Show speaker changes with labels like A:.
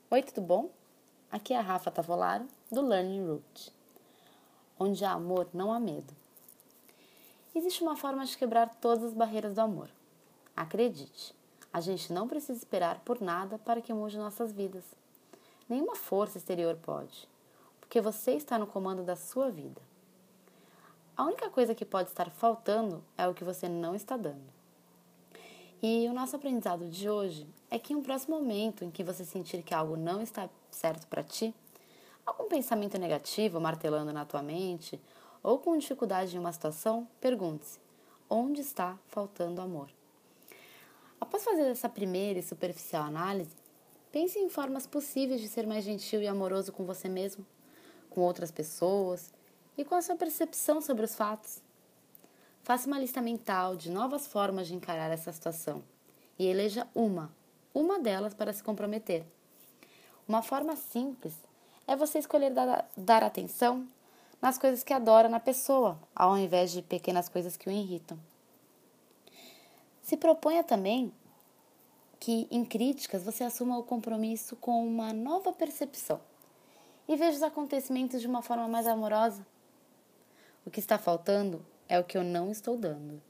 A: Oi, tudo bom? Aqui é a Rafa Tavolaro, do Learning Root. Onde há amor, não há medo. Existe uma forma de quebrar todas as barreiras do amor. Acredite, a gente não precisa esperar por nada para que mude nossas vidas. Nenhuma força exterior pode, porque você está no comando da sua vida. A única coisa que pode estar faltando é o que você não está dando. E o nosso aprendizado de hoje é que em um próximo momento em que você sentir que algo não está certo para ti, algum pensamento negativo martelando na tua mente ou com dificuldade em uma situação, pergunte-se: onde está faltando amor? Após fazer essa primeira e superficial análise, pense em formas possíveis de ser mais gentil e amoroso com você mesmo, com outras pessoas e com a sua percepção sobre os fatos. Faça uma lista mental de novas formas de encarar essa situação e eleja uma delas para se comprometer. Uma forma simples é você escolher dar atenção nas coisas que adora na pessoa, ao invés de pequenas coisas que o irritam. Se proponha também que, em críticas, você assuma o compromisso com uma nova percepção e veja os acontecimentos de uma forma mais amorosa. O que está faltando é o que eu não estou dando.